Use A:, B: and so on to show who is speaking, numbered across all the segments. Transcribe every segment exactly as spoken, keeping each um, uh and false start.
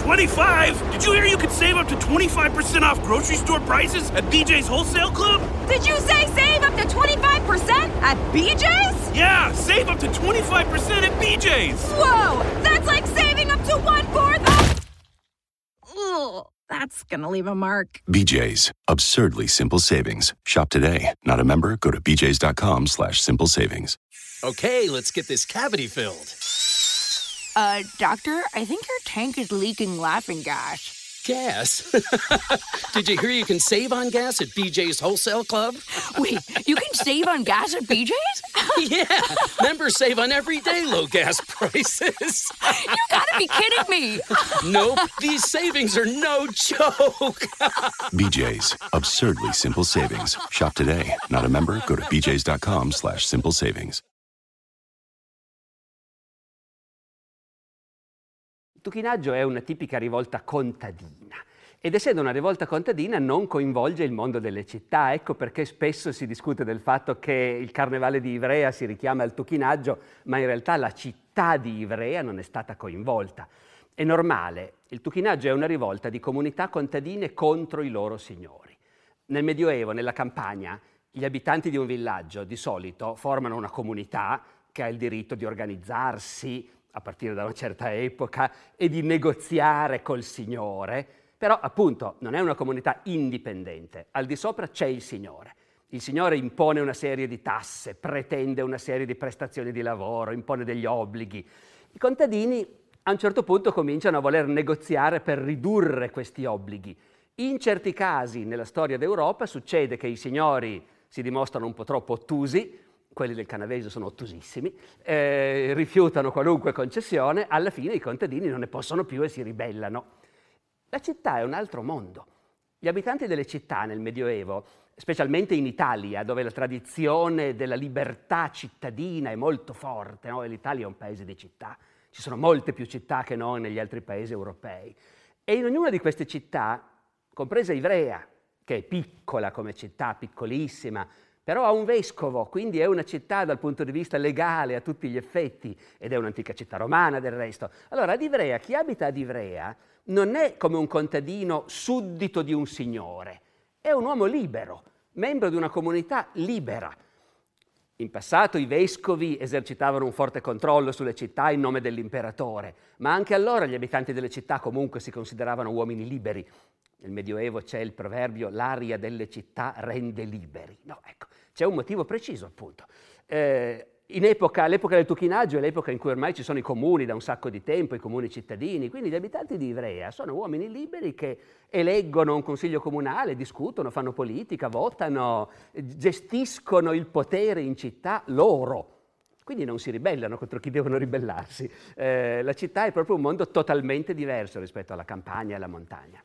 A: twenty-five? Did you hear you could save up to twenty-five percent off grocery store prices at B J's Wholesale Club?
B: Did you say save up to twenty-five percent at B J's?
A: Yeah, save up to twenty-five percent at B J's.
B: Whoa, that's like saving up to one-fourth of... Ugh, that's gonna leave a mark.
C: B J's, absurdly simple savings. Shop today. Not a member? Go to bjs.com slash simple savings.
D: Okay, let's get this cavity filled.
E: Uh, doctor, I think your tank is leaking laughing gas.
D: Gas? Did you hear you can save on gas at B J's Wholesale Club?
E: Wait, you can save on gas at B J's?
D: Yeah, members save on everyday low gas prices.
E: You gotta be kidding me.
D: Nope, these savings are no joke.
C: B J's, absurdly simple savings. Shop today. Not a member? Go to bjs.com slash simple savings.
F: Il tuchinaggio è una tipica rivolta contadina ed essendo una rivolta contadina non coinvolge il mondo delle città, ecco perché spesso si discute del fatto che il carnevale di Ivrea si richiama al tuchinaggio, ma in realtà la città di Ivrea non è stata coinvolta. È normale, il tuchinaggio è una rivolta di comunità contadine contro i loro signori. Nel Medioevo, nella campagna, gli abitanti di un villaggio di solito formano una comunità che ha il diritto di organizzarsi a partire da una certa epoca, e di negoziare col signore, però appunto non è una comunità indipendente, al di sopra c'è il signore. Il signore impone una serie di tasse, pretende una serie di prestazioni di lavoro, impone degli obblighi. I contadini a un certo punto cominciano a voler negoziare per ridurre questi obblighi. In certi casi nella storia d'Europa succede che i signori si dimostrano un po' troppo ottusi, quelli del Canavese sono ottusissimi, eh, rifiutano qualunque concessione, alla fine i contadini non ne possono più e si ribellano. La città è un altro mondo. Gli abitanti delle città nel Medioevo, specialmente in Italia, dove la tradizione della libertà cittadina è molto forte, no? L'Italia è un paese di città, ci sono molte più città che non negli altri paesi europei. E in ognuna di queste città, compresa Ivrea, che è piccola come città, piccolissima, però ha un vescovo, quindi è una città dal punto di vista legale a tutti gli effetti, ed è un'antica città romana del resto. Allora ad Ivrea, chi abita ad Ivrea non è come un contadino suddito di un signore, è un uomo libero, membro di una comunità libera. In passato i vescovi esercitavano un forte controllo sulle città in nome dell'imperatore, ma anche allora gli abitanti delle città comunque si consideravano uomini liberi. Nel Medioevo c'è il proverbio «l'aria delle città rende liberi». No, ecco, c'è un motivo preciso, appunto. Eh, in epoca, l'epoca del tuchinaggio è l'epoca in cui ormai ci sono i comuni da un sacco di tempo, i comuni cittadini, quindi gli abitanti di Ivrea sono uomini liberi che eleggono un consiglio comunale, discutono, fanno politica, votano, gestiscono il potere in città loro. Quindi non si ribellano contro chi devono ribellarsi. Eh, la città è proprio un mondo totalmente diverso rispetto alla campagna e alla montagna.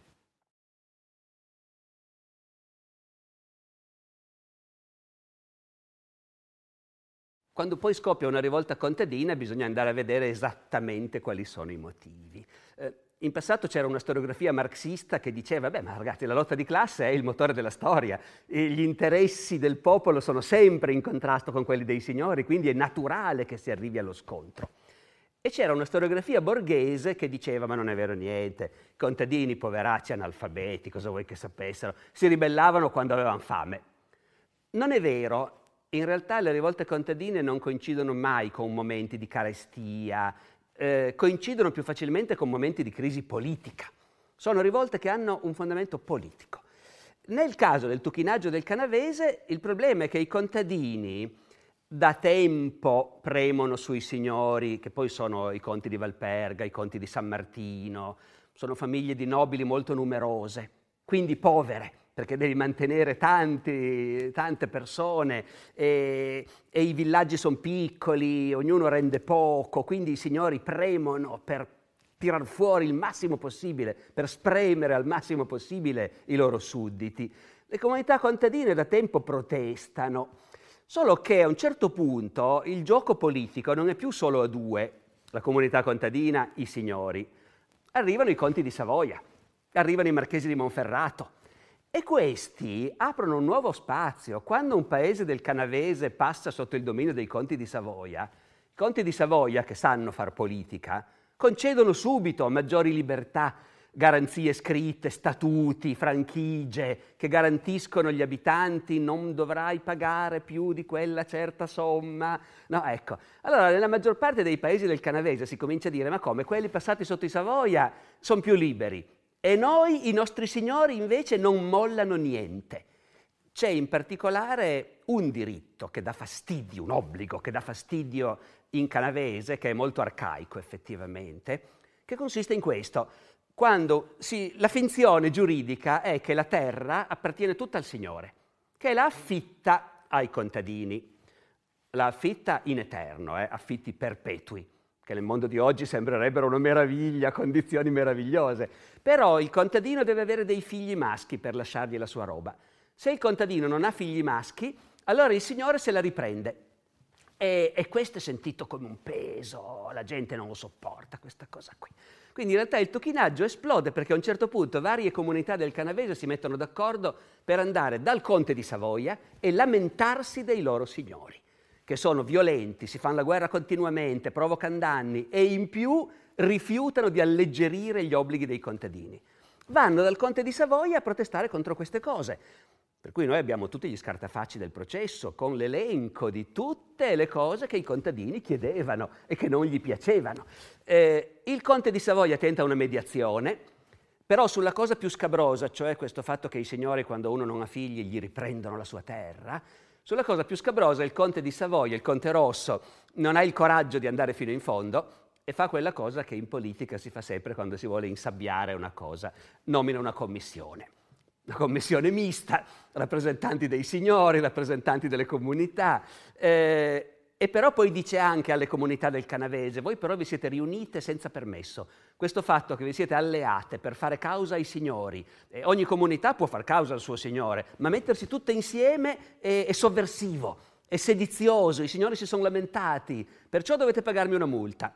F: Quando poi scoppia una rivolta contadina bisogna andare a vedere esattamente quali sono i motivi. Eh, in passato c'era una storiografia marxista che diceva, beh, ma ragazzi, la lotta di classe è il motore della storia, e gli interessi del popolo sono sempre in contrasto con quelli dei signori, quindi è naturale che si arrivi allo scontro. E c'era una storiografia borghese che diceva, ma non è vero niente, contadini, poveracci, analfabeti, cosa vuoi che sapessero, si ribellavano quando avevano fame. Non è vero. In realtà le rivolte contadine non coincidono mai con momenti di carestia, eh, coincidono più facilmente con momenti di crisi politica. Sono rivolte che hanno un fondamento politico. Nel caso del tuchinaggio del Canavese, il problema è che i contadini da tempo premono sui signori, che poi sono i conti di Valperga, i conti di San Martino, sono famiglie di nobili molto numerose, quindi povere, perché devi mantenere tanti, tante persone e, e i villaggi sono piccoli, ognuno rende poco, quindi i signori premono per tirar fuori il massimo possibile, per spremere al massimo possibile i loro sudditi. Le comunità contadine da tempo protestano, solo che a un certo punto il gioco politico non è più solo a due, la comunità contadina, i signori. Arrivano i conti di Savoia, arrivano i marchesi di Monferrato, e questi aprono un nuovo spazio. Quando un paese del Canavese passa sotto il dominio dei conti di Savoia, i conti di Savoia, che sanno far politica, concedono subito maggiori libertà. garanzie scritte, statuti, franchigie che garantiscono agli abitanti non dovrai pagare più di quella certa somma. No, ecco. Allora, nella maggior parte dei paesi del Canavese si comincia a dire ma come, quelli passati sotto i Savoia sono più liberi e noi, i nostri signori, invece non mollano niente. C'è in particolare un diritto che dà fastidio, un obbligo che dà fastidio in canavese, che è molto arcaico effettivamente, che consiste in questo. Quando si, la finzione giuridica è che la terra appartiene tutta al signore, che la affitta ai contadini. La affitta in eterno, eh, affitti perpetui, che nel mondo di oggi sembrerebbero una meraviglia, condizioni meravigliose. Però il contadino deve avere dei figli maschi per lasciargli la sua roba. Se il contadino non ha figli maschi, allora il signore se la riprende. E, e questo è sentito come un peso, la gente non lo sopporta, questa cosa qui. Quindi in realtà il tuchinaggio esplode perché a un certo punto varie comunità del Canavese si mettono d'accordo per andare dal conte di Savoia e lamentarsi dei loro signori, che sono violenti, si fanno la guerra continuamente, provocano danni e in più rifiutano di alleggerire gli obblighi dei contadini. Vanno dal conte di Savoia a protestare contro queste cose. Per cui noi abbiamo tutti gli scartafacci del processo con l'elenco di tutte le cose che i contadini chiedevano e che non gli piacevano. Eh, il conte di Savoia tenta una mediazione, però sulla cosa più scabrosa, cioè questo fatto che i signori quando uno non ha figli gli riprendono la sua terra, sulla cosa più scabrosa il conte di Savoia, il conte Rosso, non ha il coraggio di andare fino in fondo e fa quella cosa che in politica si fa sempre quando si vuole insabbiare una cosa, nomina una commissione. Una commissione mista, rappresentanti dei signori, rappresentanti delle comunità, eh, e però poi dice anche alle comunità del Canavese, voi però vi siete riunite senza permesso. Questo fatto che vi siete alleate per fare causa ai signori, eh, ogni comunità può far causa al suo signore, ma mettersi tutte insieme è, è sovversivo, è sedizioso, i signori si sono lamentati, perciò dovete pagarmi una multa.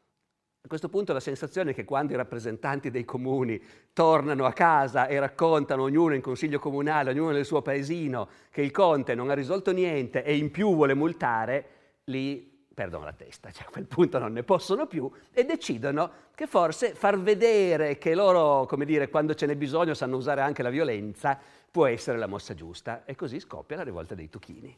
F: A questo punto la sensazione è che quando i rappresentanti dei comuni tornano a casa e raccontano ognuno in consiglio comunale, ognuno nel suo paesino, che il conte non ha risolto niente e in più vuole multare, lì perdono la testa, cioè a quel punto non ne possono più e decidono che forse far vedere che loro, come dire, quando ce n'è bisogno sanno usare anche la violenza, può essere la mossa giusta. E così scoppia la rivolta dei Tuchini.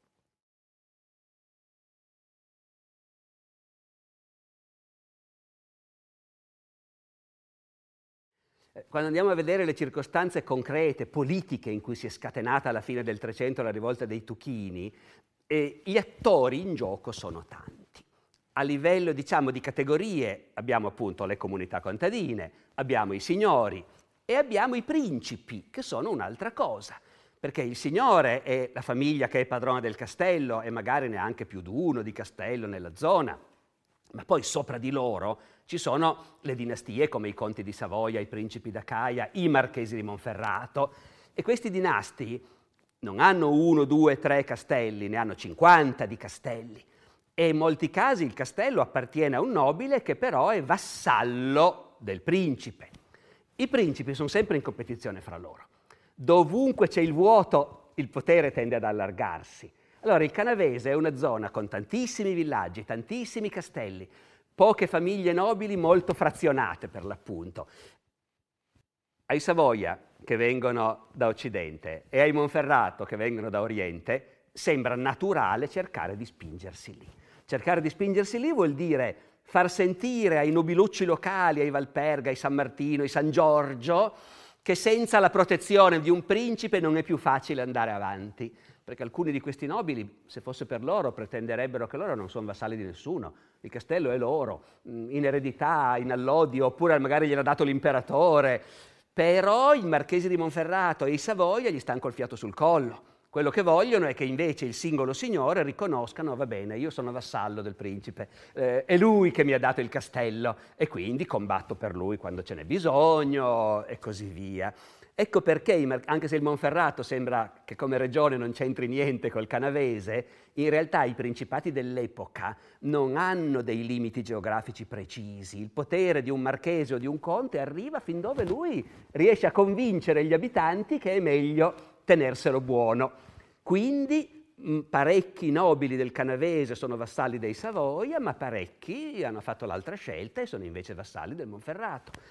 F: Quando andiamo a vedere le circostanze concrete, politiche in cui si è scatenata alla fine del Trecento la rivolta dei Tuchini, eh, gli attori in gioco sono tanti. A livello, diciamo, di categorie abbiamo appunto le comunità contadine, abbiamo i signori e abbiamo i principi, che sono un'altra cosa. Perché il signore è la famiglia che è padrona del castello e magari neanche più di uno di castello nella zona. Ma poi sopra di loro ci sono le dinastie come i conti di Savoia, i principi d'Acaia, i marchesi di Monferrato e questi dinasti non hanno uno, due, tre castelli, ne hanno cinquanta di castelli e in molti casi il castello appartiene a un nobile che però è vassallo del principe. I principi sono sempre in competizione fra loro. Dovunque c'è il vuoto il potere tende ad allargarsi. Allora il Canavese è una zona con tantissimi villaggi, tantissimi castelli, poche famiglie nobili molto frazionate per l'appunto. Ai Savoia, che vengono da Occidente, e ai Monferrato, che vengono da Oriente, sembra naturale cercare di spingersi lì. Cercare di spingersi lì vuol dire far sentire ai nobilucci locali, ai Valperga, ai San Martino, ai San Giorgio, che senza la protezione di un principe non è più facile andare avanti. Perché alcuni di questi nobili, se fosse per loro, pretenderebbero che loro non sono vassalli di nessuno. Il castello è loro, in eredità, in allodio, oppure magari gliel'ha dato l'imperatore. Però i marchesi di Monferrato e i Savoia gli stanno col fiato sul collo. Quello che vogliono è che invece il singolo signore riconoscano, va bene, io sono vassallo del principe, eh, è lui che mi ha dato il castello e quindi combatto per lui quando ce n'è bisogno e così via. Ecco perché, anche se il Monferrato sembra che come regione non c'entri niente col Canavese, in realtà i principati dell'epoca non hanno dei limiti geografici precisi. Il potere di un marchese o di un conte arriva fin dove lui riesce a convincere gli abitanti che è meglio tenerselo buono. Quindi mh, parecchi nobili del Canavese sono vassalli dei Savoia, ma parecchi hanno fatto l'altra scelta e sono invece vassalli del Monferrato.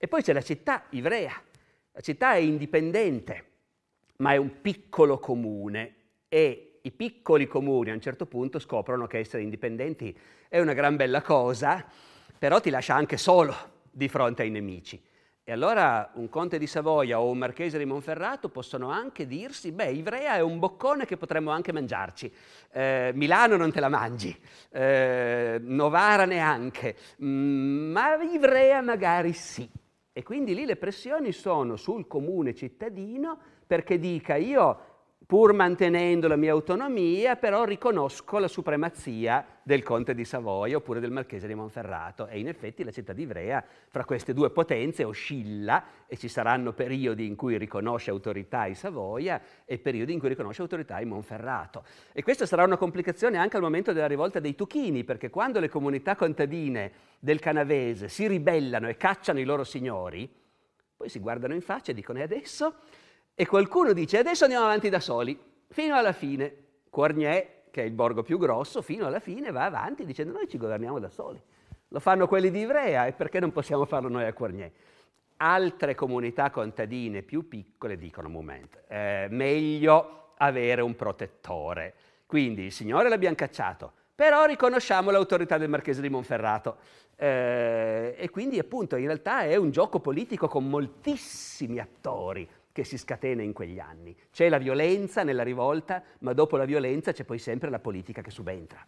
F: E poi c'è la città Ivrea. La città è indipendente, ma è un piccolo comune e i piccoli comuni a un certo punto scoprono che essere indipendenti è una gran bella cosa, però ti lascia anche solo di fronte ai nemici. E allora un conte di Savoia o un marchese di Monferrato possono anche dirsi: beh, Ivrea è un boccone che potremmo anche mangiarci, eh, Milano non te la mangi, eh, Novara neanche, mm, ma Ivrea magari sì. E quindi lì le pressioni sono sul comune cittadino perché dica: io, pur mantenendo la mia autonomia, però riconosco la supremazia del conte di Savoia oppure del marchese di Monferrato. E in effetti la città di Ivrea fra queste due potenze oscilla e ci saranno periodi in cui riconosce autorità ai Savoia e periodi in cui riconosce autorità ai Monferrato. E questa sarà una complicazione anche al momento della rivolta dei Tuchini, perché quando le comunità contadine del Canavese si ribellano e cacciano i loro signori, poi si guardano in faccia e dicono: e adesso? E qualcuno dice: adesso andiamo avanti da soli, fino alla fine. Cournier, che è il borgo più grosso, fino alla fine va avanti dicendo: noi ci governiamo da soli. Lo fanno quelli di Ivrea, e perché non possiamo farlo noi a Cournier? Altre comunità contadine più piccole dicono: moment, eh, meglio avere un protettore. Quindi il signore l'abbiamo cacciato, però riconosciamo l'autorità del marchese di Monferrato. Eh, e quindi appunto in realtà è un gioco politico con moltissimi attori che si scatena in quegli anni. C'è la violenza nella rivolta, ma dopo la violenza c'è poi sempre la politica che subentra.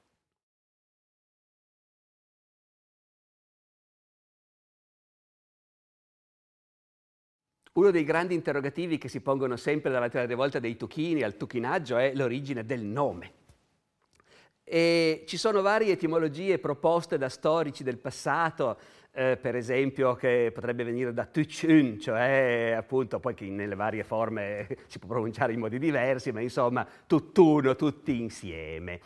F: Uno dei grandi interrogativi che si pongono sempre davanti alla rivolta dei Tuchini, al tuchinaggio, è l'origine del nome. E ci sono varie etimologie proposte da storici del passato, eh, per esempio che potrebbe venire da Tuchun, cioè appunto poi che nelle varie forme si può pronunciare in modi diversi, ma insomma tutt'uno, tutti insieme.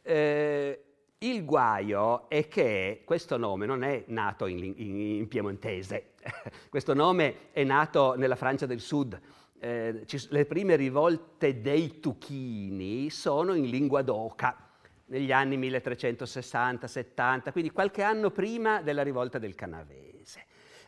F: Eh, il guaio è che questo nome non è nato in, in, in piemontese, questo nome è nato nella Francia del Sud. Eh, ci, le prime rivolte dei Tuchini sono in lingua d'oca, negli anni milletrecentosessanta settanta, quindi qualche anno prima della rivolta del Canavese.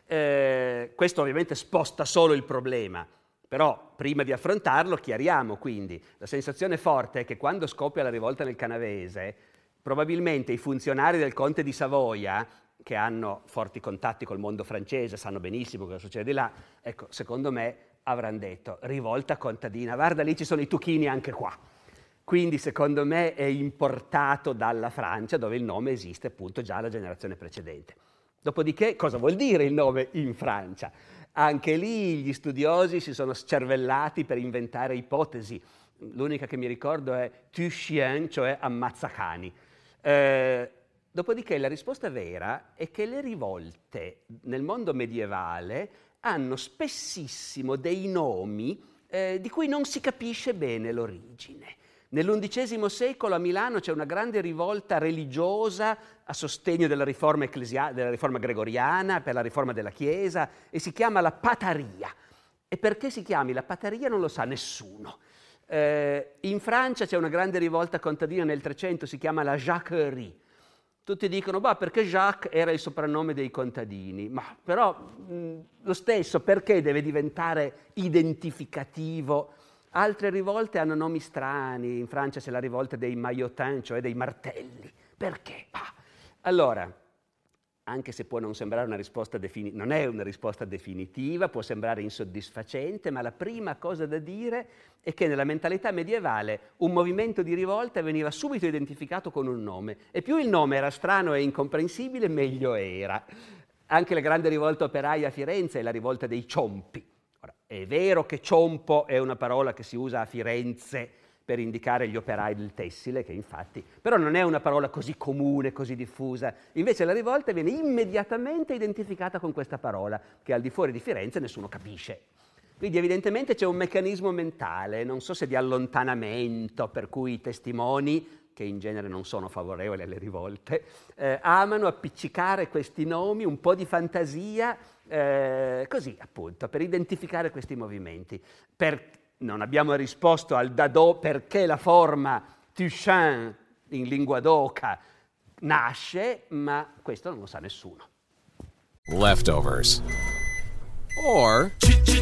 F: Eh, questo ovviamente sposta solo il problema, però prima di affrontarlo chiariamo quindi. La sensazione forte è che quando scoppia la rivolta nel Canavese, probabilmente i funzionari del conte di Savoia, che hanno forti contatti col mondo francese, sanno benissimo cosa succede di là, ecco, secondo me avranno detto: rivolta contadina, guarda lì ci sono i Tuchini anche qua. Quindi secondo me è importato dalla Francia, dove il nome esiste appunto già alla generazione precedente. Dopodiché cosa vuol dire il nome in Francia? Anche lì gli studiosi si sono scervellati per inventare ipotesi. L'unica che mi ricordo è tu chien, cioè ammazzacani. Eh, dopodiché la risposta vera è che le rivolte nel mondo medievale hanno spessissimo dei nomi eh, di cui non si capisce bene l'origine. Nell'undicesimo secolo a Milano c'è una grande rivolta religiosa a sostegno della riforma, ecclesia- della riforma gregoriana, per la riforma della Chiesa, e si chiama la Pataria. E perché si chiami la Pataria non lo sa nessuno. Eh, in Francia c'è una grande rivolta contadina nel Trecento, si chiama la Jacquerie. Tutti dicono: bah, perché Jacques era il soprannome dei contadini, ma però mh, lo stesso, perché deve diventare identificativo? Altre rivolte hanno nomi strani. In Francia c'è la rivolta dei maillotins, cioè dei martelli. Perché? Ah. Allora, anche se può non sembrare una risposta definitiva, non è una risposta definitiva, può sembrare insoddisfacente, ma la prima cosa da dire è che nella mentalità medievale un movimento di rivolta veniva subito identificato con un nome, e più il nome era strano e incomprensibile, meglio era. Anche la grande rivolta operaia a Firenze è la rivolta dei Ciompi. Ora, è vero che ciompo è una parola che si usa a Firenze per indicare gli operai del tessile, che infatti, però non è una parola così comune, così diffusa. Invece la rivolta viene immediatamente identificata con questa parola, che al di fuori di Firenze nessuno capisce. Quindi evidentemente c'è un meccanismo mentale, non so se di allontanamento, per cui i testimoni, che in genere non sono favorevoli alle rivolte, eh, amano appiccicare questi nomi, un po' di fantasia, eh, così appunto, per identificare questi movimenti. Per, non abbiamo risposto al Dado perché la forma Tuchin in lingua d'oca nasce, ma questo non lo sa nessuno.
G: leftovers, or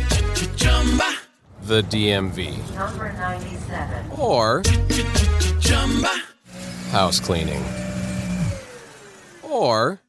G: the D M V,
H: Number ninety-seven,
G: or house cleaning, or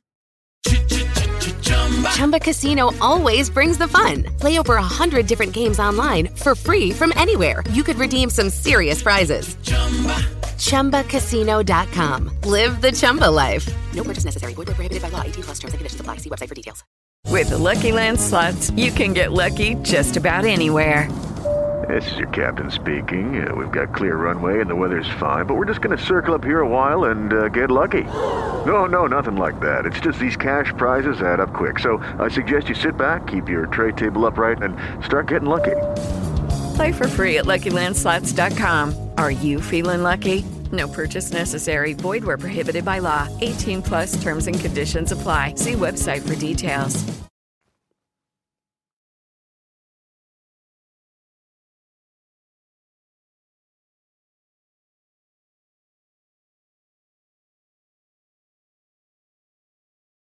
I: Chumba Casino always brings the fun. Play over a hundred different games online for free from anywhere. You could redeem some serious prizes. Chumba Casino dot com. Live the Chumba life. No purchase necessary. Void where prohibited by law. eighteen plus terms and conditions apply. See website for details.
J: With the Lucky Land Slots, you can get lucky just about anywhere.
K: This is your captain speaking. Uh, we've got clear runway and the weather's fine, but we're just going to circle up here a while and uh, get lucky. No, no, nothing like that. It's just these cash prizes add up quick. So I suggest you sit back, keep your tray table upright, and start getting lucky.
J: Play for free at Lucky Land Slots dot com. Are you feeling lucky? No purchase necessary. Void where prohibited by law. eighteen plus terms and conditions apply. See website for details.